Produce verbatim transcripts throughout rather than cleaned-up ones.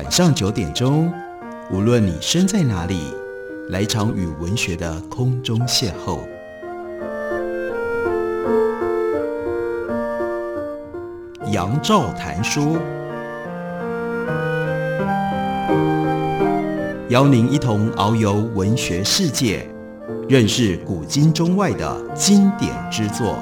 晚上九点钟，无论你身在哪里，来一场与文学的空中邂逅。杨照谈书，邀您一同遨游文学世界，认识古今中外的经典之作。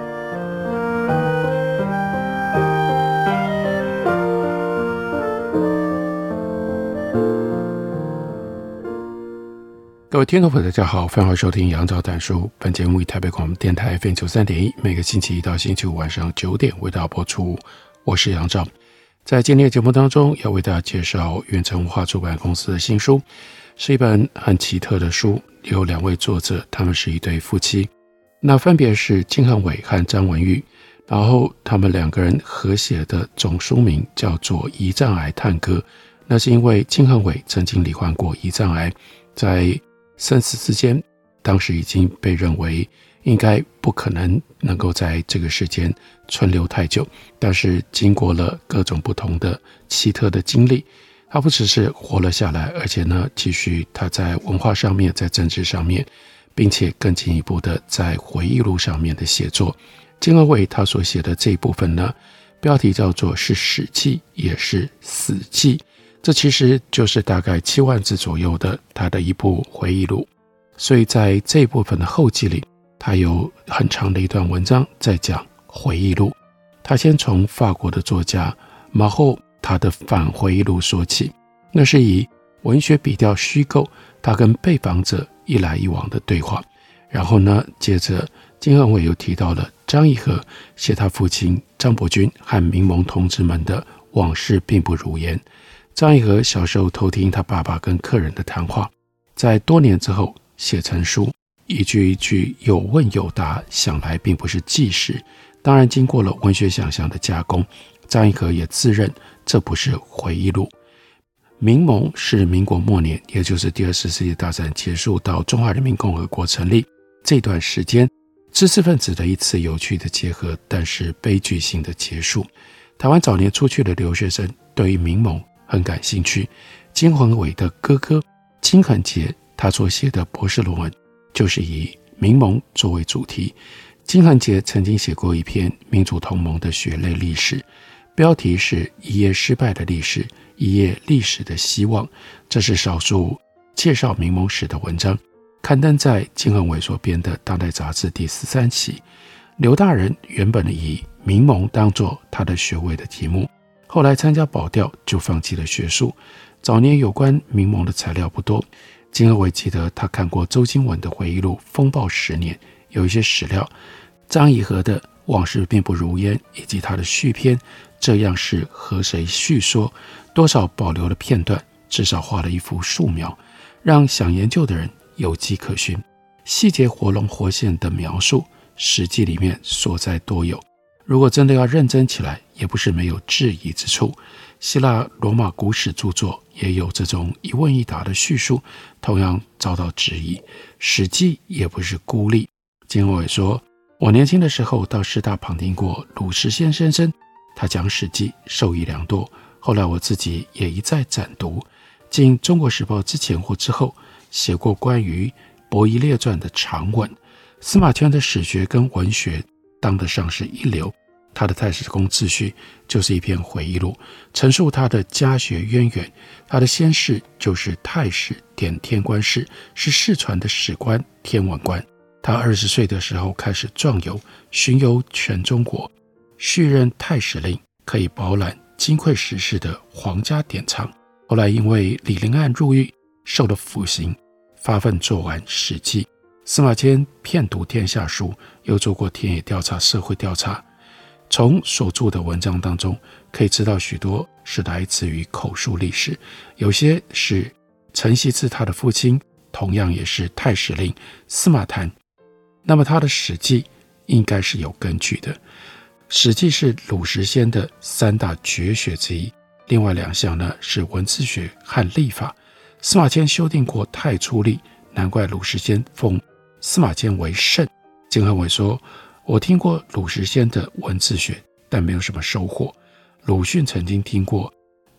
各位听众朋友大家好，欢迎收听杨照谈书。本节目以台北广播电台 F M 九十三点一，每个星期一到星期五晚上九点为大家播出。我是杨照。在今天的节目当中，要为大家介绍远城文化出版公司的新书，是一本很奇特的书，有两位作者，他们是一对夫妻，那分别是金恒伟和张文玉，然后他们两个人合写的总书名叫做《胰脏癌探戈》。那是因为金恒伟曾经罹患过胰脏癌，在生死之间，当时已经被认为应该不可能能够在这个世间存留太久，但是经过了各种不同的奇特的经历，他不只是活了下来，而且呢，继续他在文化上面，在政治上面，并且更进一步的在回忆录上面的写作。金恒伟他所写的这一部分呢，标题叫做是史记也是死记，这其实就是大概七万字左右的他的一部回忆录。所以在这一部分的后记里，他有很长的一段文章在讲回忆录。他先从法国的作家马后他的反回忆录说起，那是以文学笔调虚构他跟被访者一来一往的对话。然后呢，接着金恒伟又提到了张义和写他父亲张伯钧和民盟同志们的往事并不如烟。张义和小时候偷听他爸爸跟客人的谈话，在多年之后写成书，一句一句有问有答，想来并不是纪实，当然经过了文学想象的加工。张义和也自认这不是回忆录。民盟是民国末年，也就是第二次世界大战结束到中华人民共和国成立这段时间，知识分子的一次有趣的结合，但是悲剧性的结束。台湾早年出去的留学生对于民盟很感兴趣。金恒伟的哥哥金恒杰，他所写的博士论文就是以民盟作为主题。金恒杰曾经写过一篇民主同盟的血泪历史，标题是一页失败的历史，一页历史的希望。这是少数介绍民盟史的文章，刊登在金恒伟所编的当代杂志第十三期。刘大人原本以民盟当作他的学位的题目，后来参加保调就放弃了学术。早年有关民盟的材料不多，金恒伟记得他看过周经文的回忆录《风暴十年》，有一些史料，张义和的往事并不如烟，以及他的续篇这样是和谁叙说，多少保留了片段，至少画了一幅素描，让想研究的人有迹可循。细节活龙活现的描述，史记里面所在多有，如果真的要认真起来，也不是没有质疑之处。希腊罗马古史著作也有这种一问一答的叙述，同样遭到质疑。史记也不是孤立。金恒伟说，我年轻的时候到师大旁听过鲁时先先生，他讲史记受益良多，后来我自己也一再展读，进中国时报之前或之后写过关于伯夷列传的长文。司马迁的史学跟文学当得上是一流，他的太史公自序就是一篇回忆录，陈述他的家学渊源。他的先世就是太史典天官氏，是世传的史官天文官。他二十岁的时候开始壮游，巡游全中国，续任太史令，可以饱览金匮时事的皇家典藏。后来因为李陵案入狱，受了腐刑，发奋做完史记。司马迁遍读天下书，又做过田野调查、社会调查，从所著的文章当中可以知道许多是来自于口述历史，有些是承袭自他的父亲，同样也是太史令司马谈。那么他的史记应该是有根据的。史记是鲁时先的三大绝学之一，另外两项呢是文字学和历法。司马迁修订过太初历，难怪鲁时先奉司马迁为圣。金恒伟说，我听过鲁时先的文字学，但没有什么收获。鲁迅曾经听过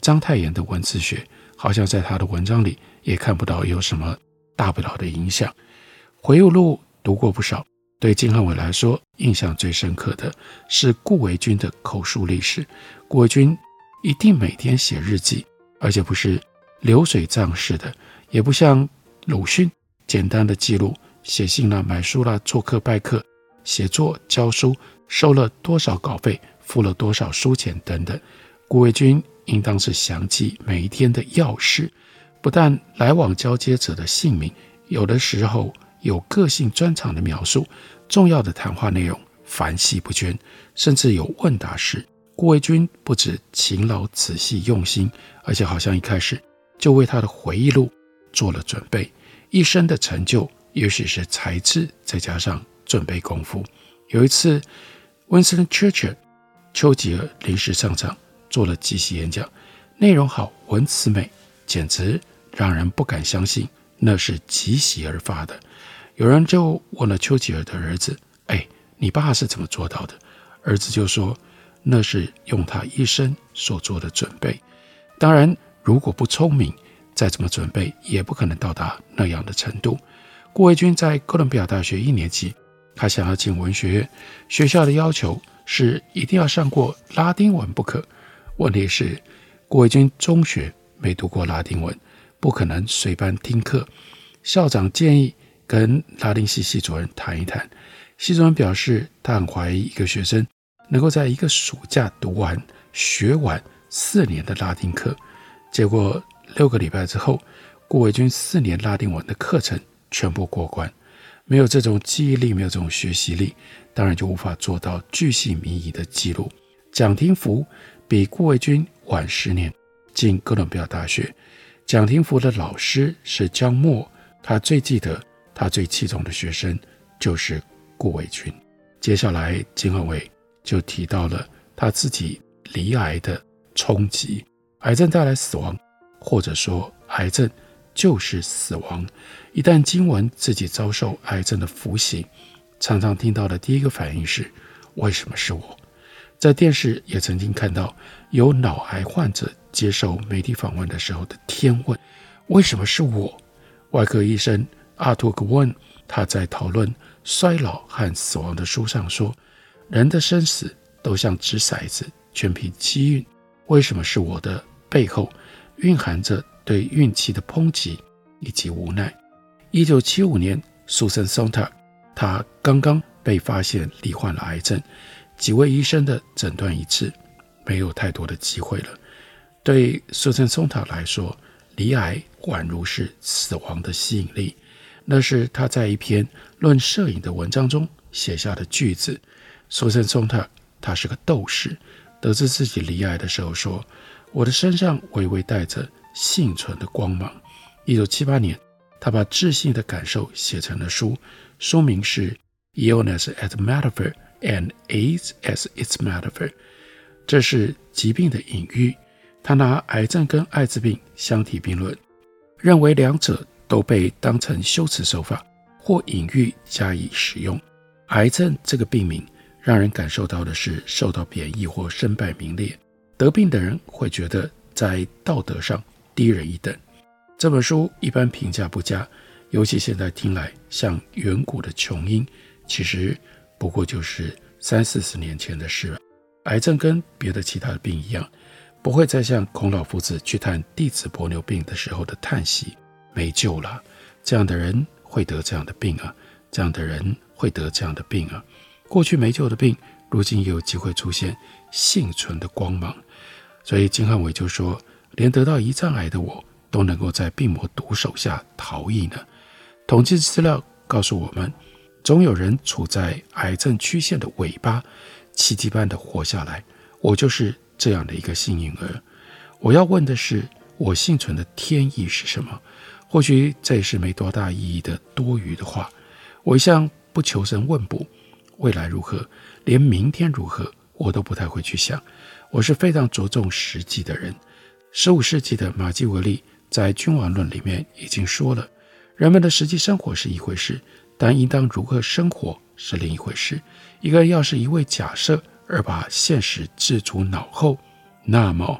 章太炎的文字学好像在他的文章里也看不到有什么大不了的影响。回忆录读过不少，对金汉伟来说印象最深刻的是顾维钧的口述历史。顾维钧一定每天写日记，而且不是流水账式的，也不像鲁迅简单的记录写信啦、买书啦、做客拜客、写作、教书、收了多少稿费、付了多少书钱等等。顾维钧应当是详记每一天的要事，不但来往交接者的姓名，有的时候有个性专长的描述，重要的谈话内容繁细不捐，甚至有问答式。顾维钧不止勤劳仔细用心，而且好像一开始就为他的回忆录做了准备。一生的成就也许是才智再加上准备功夫。有一次 Winston Churchill 丘吉尔临时上场做了即席演讲，内容好，文词美，简直让人不敢相信那是即席而发的。有人就问了丘吉尔的儿子，哎，你爸是怎么做到的？儿子就说，那是用他一生所做的准备。当然如果不聪明，再怎么准备也不可能到达那样的程度。顾维钧在哥伦比亚大学一年级，他想要进文学院，学校的要求是一定要上过拉丁文不可。问题是顾维钧中学没读过拉丁文，不可能随班听课。校长建议跟拉丁系系主任谈一谈，系主任表示他很怀疑一个学生能够在一个暑假读完学完四年的拉丁课。结果六个礼拜之后，顾维钧四年拉丁文的课程全部过关。没有这种记忆力，没有这种学习力，当然就无法做到巨细靡遗的记录。蒋廷福比顾维钧晚十年进哥伦比亚大学。蒋廷福的老师是江默，他最记得他最器重的学生就是顾维钧。接下来金汉伟就提到了他自己罹癌的冲击。癌症带来死亡，或者说癌症就是死亡。一旦经闻自己遭受癌症的服刑，常常听到的第一个反应是，为什么是我？在电视也曾经看到有脑癌患者接受媒体访问的时候的天问，为什么是我？外科医生阿图格温他在讨论衰老和死亡的书上说，人的生死都像掷骰子，全凭机运。为什么是我的背后蕴含着对运气的抨击以及无奈。一九七五年 Susan Sontag 她刚刚被发现罹患了癌症，几位医生的诊断一致，没有太多的机会了。对 Susan Sontag 来说，罹癌宛如是死亡的吸引力，那是她在一篇论摄影的文章中写下的句子。 Susan Sontag 她是个斗士，得知自己罹癌的时候说，我的身上微微带着幸存的光芒。一九七八年，他把自信的感受写成了书，书名是 Illness as Metaphor and AIDS as its Metaphor。 这是疾病的隐喻，他拿癌症跟艾滋病相提并论，认为两者都被当成修辞手法或隐喻加以使用。癌症这个病名让人感受到的是受到贬义或身败名裂，得病的人会觉得在道德上低人一等。这本书一般评价不佳，尤其现在听来像远古的琼英，其实不过就是三四十年前的事了。癌症跟别的其他的病一样，不会再像孔老夫子去探弟子伯牛病的时候的叹息，没救了，这样的人会得这样的病啊，这样的人会得这样的病啊。过去没救的病，如今也有机会出现幸存的光芒。所以金汉伟就说，连得到胰脏癌的我都能够在病魔毒手下逃逸呢。统计资料告诉我们，总有人处在癌症曲线的尾巴，奇迹般的活下来。我就是这样的一个幸运儿。我要问的是，我幸存的天意是什么？或许这也是没多大意义的多余的话。我一向不求神问卜，未来如何，连明天如何，我都不太会去想。我是非常着重实际的人。十五世纪的马基维利在《君王论》里面已经说了，人们的实际生活是一回事，但应当如何生活是另一回事。一个人要是一味假设而把现实置诸脑后，那么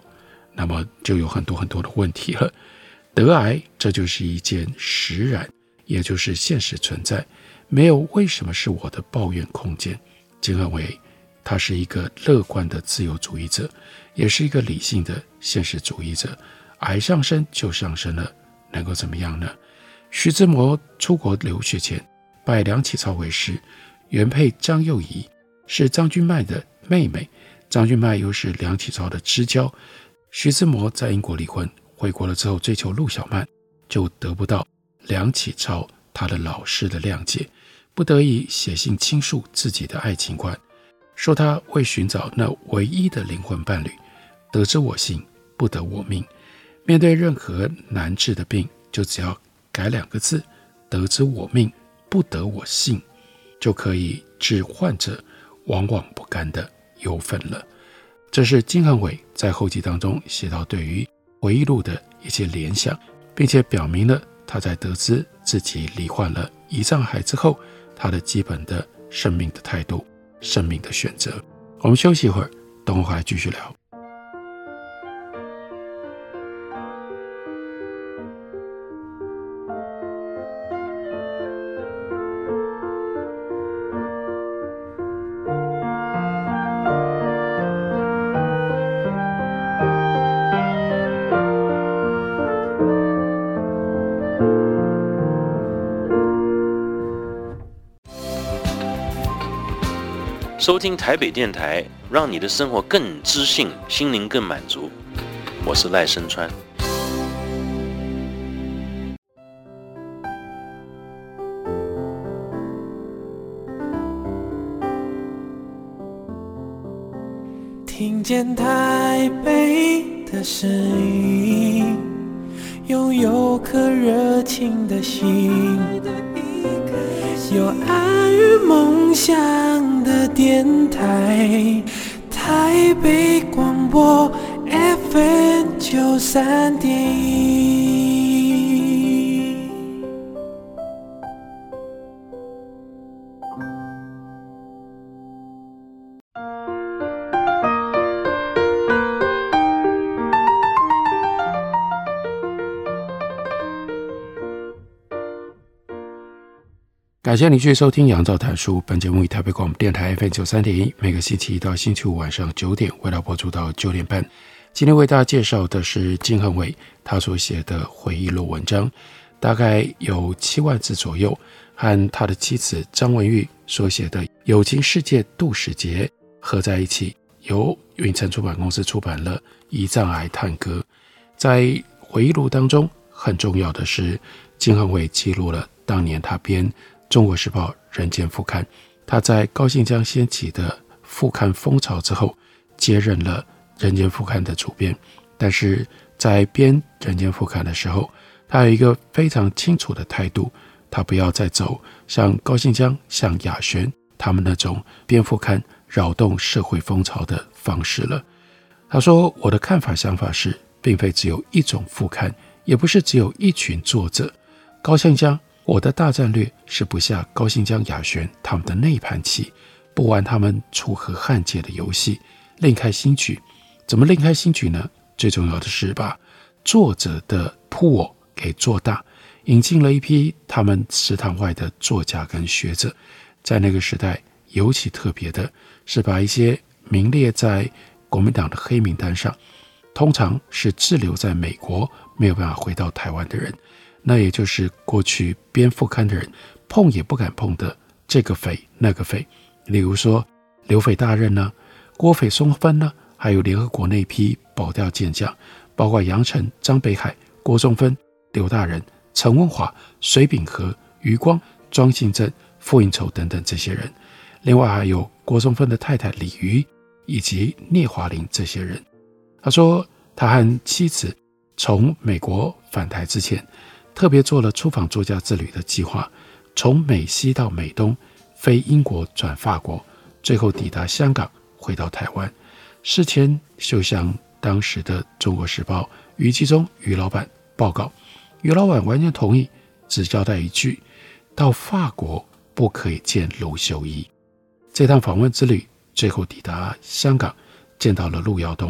那么就有很多很多的问题了。得癌，这就是一件实然，也就是现实存在，没有为什么是我的抱怨空间。金恒伟他是一个乐观的自由主义者，也是一个理性的现实主义者。癌上升就上升了，能够怎么样呢？徐志摩出国留学前拜梁启超为师，原配张幼仪是张君迈的妹妹，张君迈又是梁启超的知交。徐志摩在英国离婚，回国了之后追求陆小曼，就得不到梁启超他的老师的谅解，不得已写信倾诉自己的爱情观，说他为寻找那唯一的灵魂伴侣，得之我幸，不得我命。面对任何难治的病，就只要改两个字，得之我命，不得我幸，就可以治患者往往不甘的忧愤了。这是金恒伟在后记当中写到对于回忆录的一些联想，并且表明了他在得知自己罹患了胰脏癌之后，他的基本的生命的态度、生命的选择。我们休息一会儿，等会儿回来继续聊。 收听台北电台，让你的生活更知性，心灵更满足。我是赖声川。 听见台北的声音，拥有颗热情的心，有爱与梦想的电台，台北广播 F M 九十三点一。 感谢你继续收听杨照谈书，本节目以台北广播电台 F M 九十三点一，每个星期一到星期五晚上九点为大家播出到九点半。今天为大家介绍的是金恒伟他所写的回忆录文章，大概有七万字左右，和他的妻子张文玉所写的《友情世界杜始节》合在一起，由云城出版公司出版了《胰脏癌探歌》。在回忆录当中，很重要的是金恒伟记录了当年他编中国时报人间副刊，他在高信江掀起的副刊风潮之后，接任了人间副刊的主编。但是在编人间副刊的时候，他有一个非常清楚的态度，他不要再走像高信江、像亚轩他们那种编副刊扰动社会风潮的方式了。他说，我的看法想法是，并非只有一种副刊，也不是只有一群作者。高信江，我的大战略是不下高信江、亚轩他们的内盘棋，不玩他们楚河汉界的游戏，另开新局。怎么另开新局呢？最重要的是把作者的铺我给做大，引进了一批他们食堂外的作家跟学者。在那个时代尤其特别的是，把一些名列在国民党的黑名单上，通常是滞留在美国没有办法回到台湾的人，那也就是过去编副刊的人碰也不敢碰的这个匪那个匪，例如说刘匪大任呢、郭匪松芬呢，还有联合国那批保钓健将，包括杨晨、张北海、郭仲芬、刘大人、陈文华、水秉和、余光、庄信正、傅应筹等等这些人，另外还有郭仲芬的太太李瑜以及聂华苓这些人。他说他和妻子从美国返台之前，特别做了出访作家之旅的计划，从美西到美东，飞英国转法国，最后抵达香港，回到台湾。事前就向当时的中国时报余纪忠余老板报告，余老板完全同意，只交代一句，到法国不可以见卢秀一。这趟访问之旅最后抵达香港，见到了陆耀东。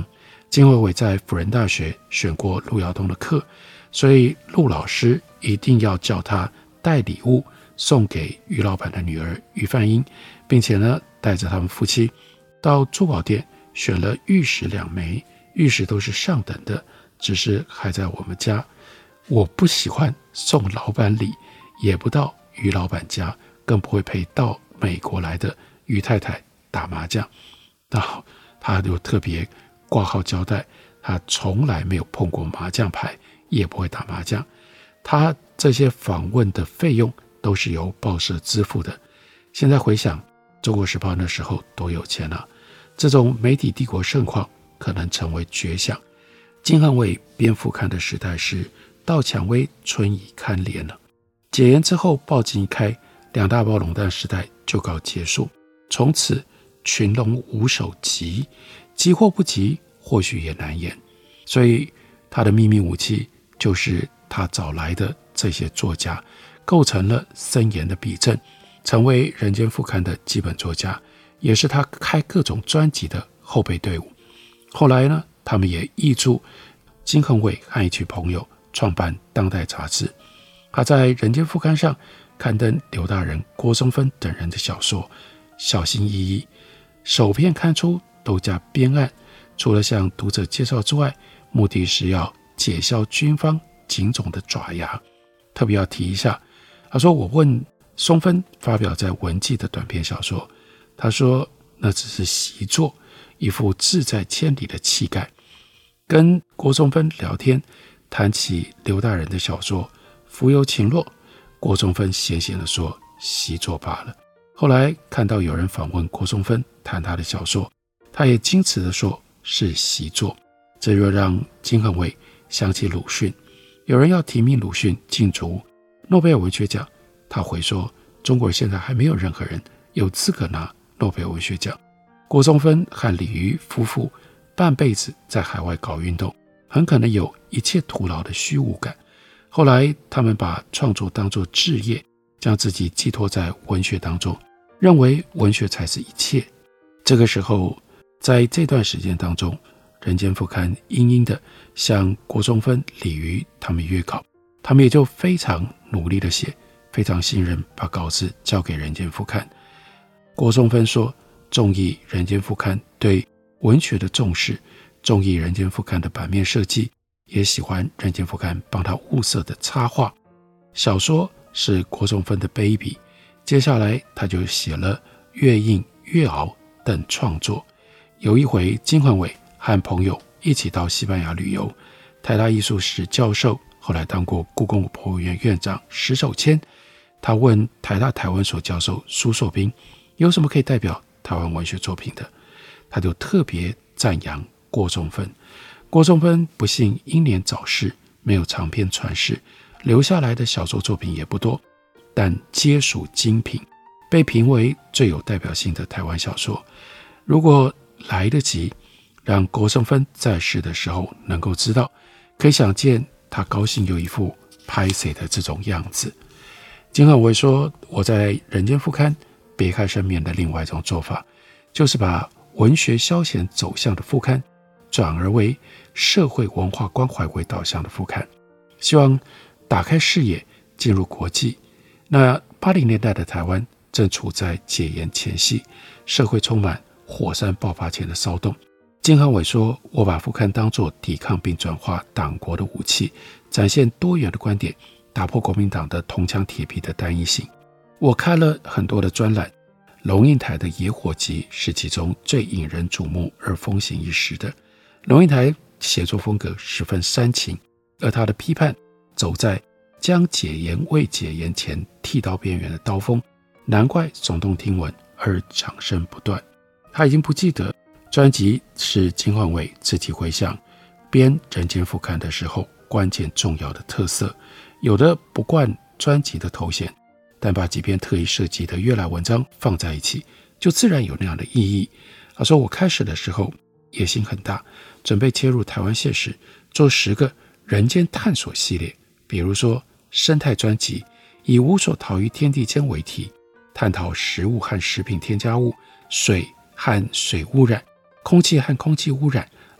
金惠伟在辅仁大学选过陆耀东的课，所以陆老师一定要叫他带礼物送给于老板的女儿于范英，并且呢带着他们夫妻到珠宝店选了玉石两枚，玉石都是上等的，只是还在我们家。我不喜欢送老板礼，也不到于老板家，更不会陪到美国来的于太太打麻将。然后他就特别挂号交代，他从来没有碰过麻将牌，也不会打麻将。他这些访问的费用都是由报社支付的。现在回想中国时报那时候多有钱啊，这种媒体帝国盛况可能成为绝响。金汉卫编副刊的时代是到蔷薇春已堪怜了。解严之后报禁一开，两大报垄断时代就告结束，从此群龙无首，急急或不急或许也难言。所以他的秘密武器就是他找来的这些作家，构成了森严的笔阵，成为人间副刊的基本作家，也是他开各种专辑的后备队伍。后来呢，他们也挹注金恒伟和一群朋友创办当代杂志。他在人间副刊上刊登刘大人、郭松芬等人的小说，小心翼翼，首篇刊出都加编案，除了向读者介绍之外，目的是要解消军方警总的爪牙。特别要提一下，他说我问松芬发表在文季的短篇小说，他说那只是习作，一副志在千里的气概。跟郭松芬聊天，谈起刘大人的小说《浮游情落》，郭松芬闲闲地说习作罢了。后来看到有人访问郭松芬谈他的小说，他也矜持地说是习作，这又让金恒伟想起鲁迅。有人要提名鲁迅竞逐诺贝尔文学奖，他回说中国现在还没有任何人有资格拿诺贝尔文学奖。郭松芬和李渔夫妇半辈子在海外搞运动，很可能有一切徒劳的虚无感。后来他们把创作当作志业，将自己寄托在文学当中，认为文学才是一切。这个时候，在这段时间当中，人间副刊殷殷的向郭松芬、李渔他们约稿，他们也就非常努力的写，非常信任把稿子交给人间副刊。郭松芬说中意人间副刊对文学的重视，中意人间副刊的版面设计，也喜欢人间副刊帮他物色的插画。小说是郭松芬的 baby， 接下来他就写了月印、月熬等创作。有一回金焕伟和朋友一起到西班牙旅游，台大艺术史教授，后来当过故宫博物院院长石守谦，他问台大台湾所教授苏硕斌有什么可以代表台湾文学作品的，他就特别赞扬郭松芬。郭松芬不幸英年早逝，没有长篇传世，留下来的小说作品也不多，但皆属精品，被评为最有代表性的台湾小说。如果来得及让郭松芬在世的时候能够知道，可以想见他高兴有一副拍谁的这种样子。金汉伟说，我在人间副刊别开生面的另外一种做法，就是把文学消闲走向的副刊转而为社会文化关怀为导向的副刊，希望打开视野，进入国际。那八零年代的台湾正处在解严前夕，社会充满火山爆发前的骚动。金汉伟说，我把副刊当作抵抗并转化党国的武器，展现多元的观点，打破国民党的铜墙铁壁的单一性。我开了很多的专栏，龙应台的《野火集》是其中最引人瞩目而风行一时的。龙应台写作风格十分煽情，而他的批判走在将解严未解严前剃刀边缘的刀锋，难怪耸动听闻而掌声不断。他已经不记得专辑是金焕伟自己回想编人间副刊的时候关键重要的特色，有的不冠专辑的头衔，但把几篇特意设计的阅览文章放在一起，就自然有那样的意义。他说，我开始的时候野心很大，准备切入台湾现实，做十个人间探索系列，比如说生态专辑，以无所逃于天地间为题，探讨食物和食品添加物、水和水污染、空气和空气污染，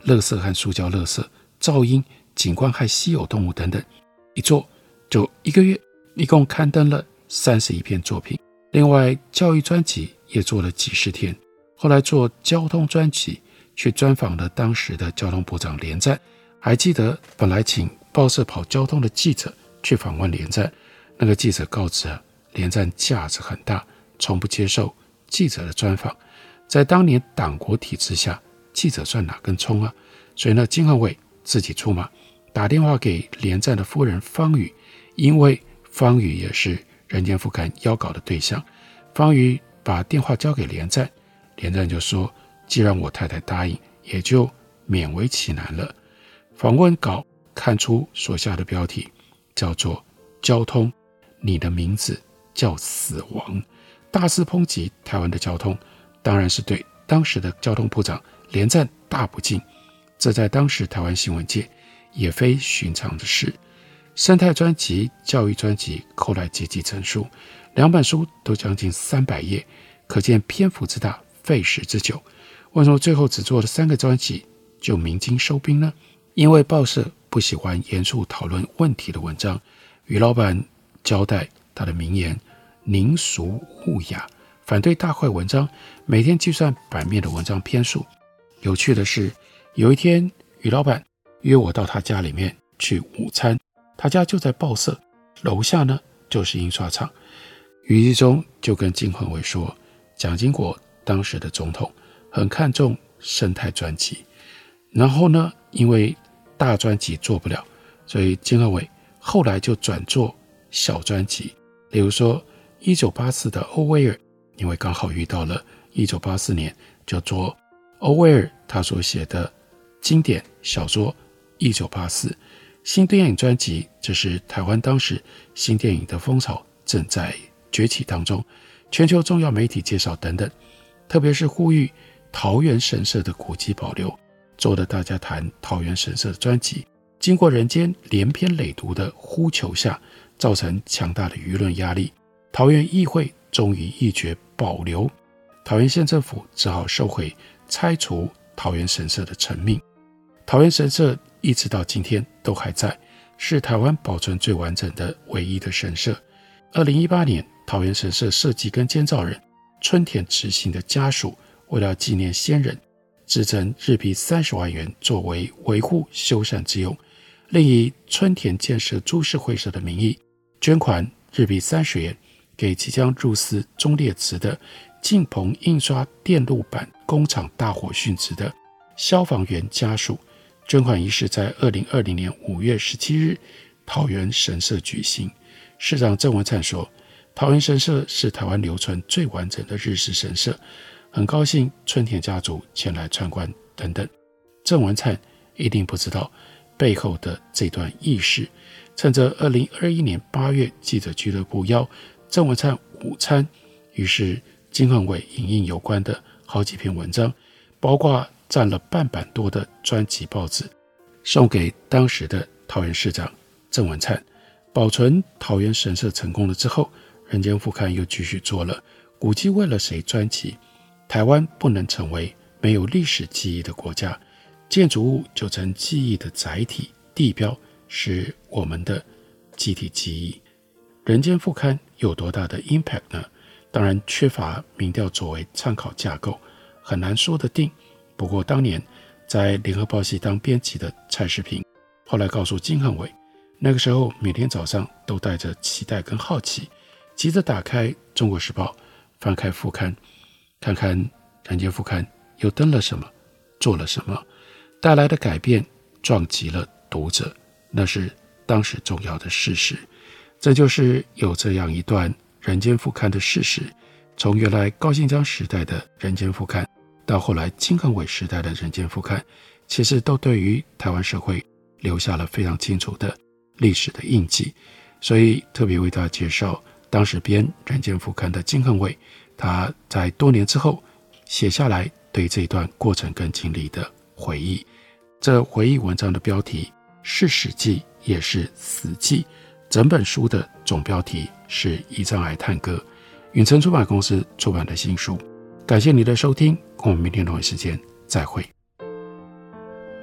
垃圾和塑胶垃圾、噪音、景观和稀有动物等等，一做就一个月，一共刊登了三十一篇作品。另外教育专辑也做了几十天，后来做交通专辑，去专访了当时的交通部长连战。还记得本来请报社跑交通的记者去访问连战，那个记者告知啊，连战架子很大，从不接受记者的专访。在当年党国体制下，记者算哪根葱啊？所以呢，金恒伟自己出马，打电话给连战的夫人方宇，因为方宇也是人间副刊邀稿的对象。方宇把电话交给连战，连战就说，既然我太太答应，也就勉为其难了。访问稿看出所下的标题叫做交通，你的名字叫死亡，大肆抨击台湾的交通，当然是对当时的交通部长连战大不敬，这在当时台湾新闻界也非寻常的事。生态专辑、教育专辑后来结集成书，两本书都将近三百页，可见篇幅之大，费时之久。为什么最后只做了三个专辑就鸣金收兵呢？因为报社不喜欢严肃讨论问题的文章，于老板交代他的名言：宁俗勿雅，反对大块文章，每天计算版面的文章篇数。有趣的是，有一天于老板约我到他家里面去午餐，他家就在报社楼下呢，就是印刷厂。于一中就跟金恒伟说，蒋经国当时的总统很看重生态专辑，然后呢，因为大专辑做不了，所以金恒伟后来就转做小专辑。例如说一九八四的欧威尔，因为刚好遇到了一九八四年，就做欧威尔他所写的经典小说一九八四。新电影专辑，这是台湾当时新电影的风潮正在崛起当中，全球重要媒体介绍等等，特别是呼吁桃园神社的古迹保留，做了大家谈桃园神社的专辑。经过人间连篇累牍的呼求下，造成强大的舆论压力，桃园议会终于议决保留，桃园县政府只好收回拆除桃园神社的成命。桃园神社一直到今天都还在，是台湾保存最完整的唯一的神社。二零一八年，桃园神社设计跟监造人春田直行的家属，为了纪念先人，支征日币三十万元作为维护修缮之用，另以春田建设株式会社的名义捐款日币三十元给即将入司忠烈祠的晋鹏印刷电路板工厂大火殉职的消防员家属。捐款仪式在二零二零年五月十七日桃园神社举行。市长郑文灿说，桃园神社是台湾留存最完整的日式神社，很高兴春田家族前来参观等等。郑文灿一定不知道背后的这段轶事。趁着二零二一年八月记者俱乐部邀郑文灿午餐，于是金恒伟引印有关的好几篇文章，包括占了半版多的专辑报纸，送给当时的桃园市长郑文灿。保存桃园神社成功了之后，人间副刊又继续做了古迹为了谁专辑。台湾不能成为没有历史记忆的国家，建筑物就成记忆的载体，地标是我们的集体记忆。人间副刊有多大的 impact 呢？当然缺乏民调作为参考架构，很难说得定。不过当年在联合报系当编辑的蔡世平，后来告诉金恒伟，那个时候每天早上都带着期待跟好奇，急着打开中国时报，翻开副刊，看看人间副刊又登了什么，做了什么，带来的改变撞击了读者，那是当时重要的事实。这就是有这样一段人间副刊的事实，从原来高信章时代的人间副刊，到后来金恒伟时代的人间副刊，其实都对于台湾社会留下了非常清楚的历史的印记。所以特别为大家介绍当时编人间副刊的金恒伟，他在多年之后写下来对这段过程跟经历的回忆。这回忆文章的标题是史记也是死记，整本书的总标题是胰脏癌探戈，允晨出版公司出版的新书。感谢你的收听，我们明天同一时间再会。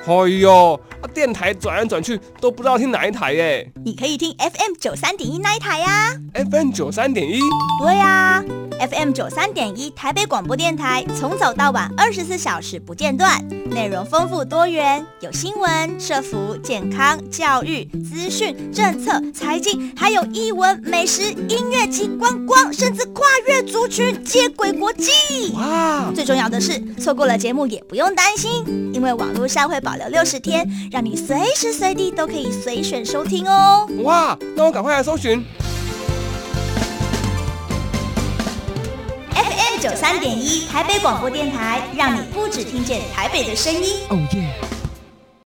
哎呦，电台转来转去都不知道听哪一台耶。 你可以听 F M 九三点一那一台呀。 F M 九三点一？ 对呀 ，F M 九三点一台北广播电台，从早到晚二十四小时不间断，内容丰富多元，有新闻、社福、健康、教育、资讯、政策、财经，还有艺文、美食、音乐及观光，甚至跨越族群，接轨国际。哇！最重要的是，错过了节目也不用担心，因为网络上会保留六十天，让你随时随地都可以随选收听哦。 哇！那我赶快来搜寻 F M 九三点一台北广播电台，让你不只听见台北的声音。Oh yeah！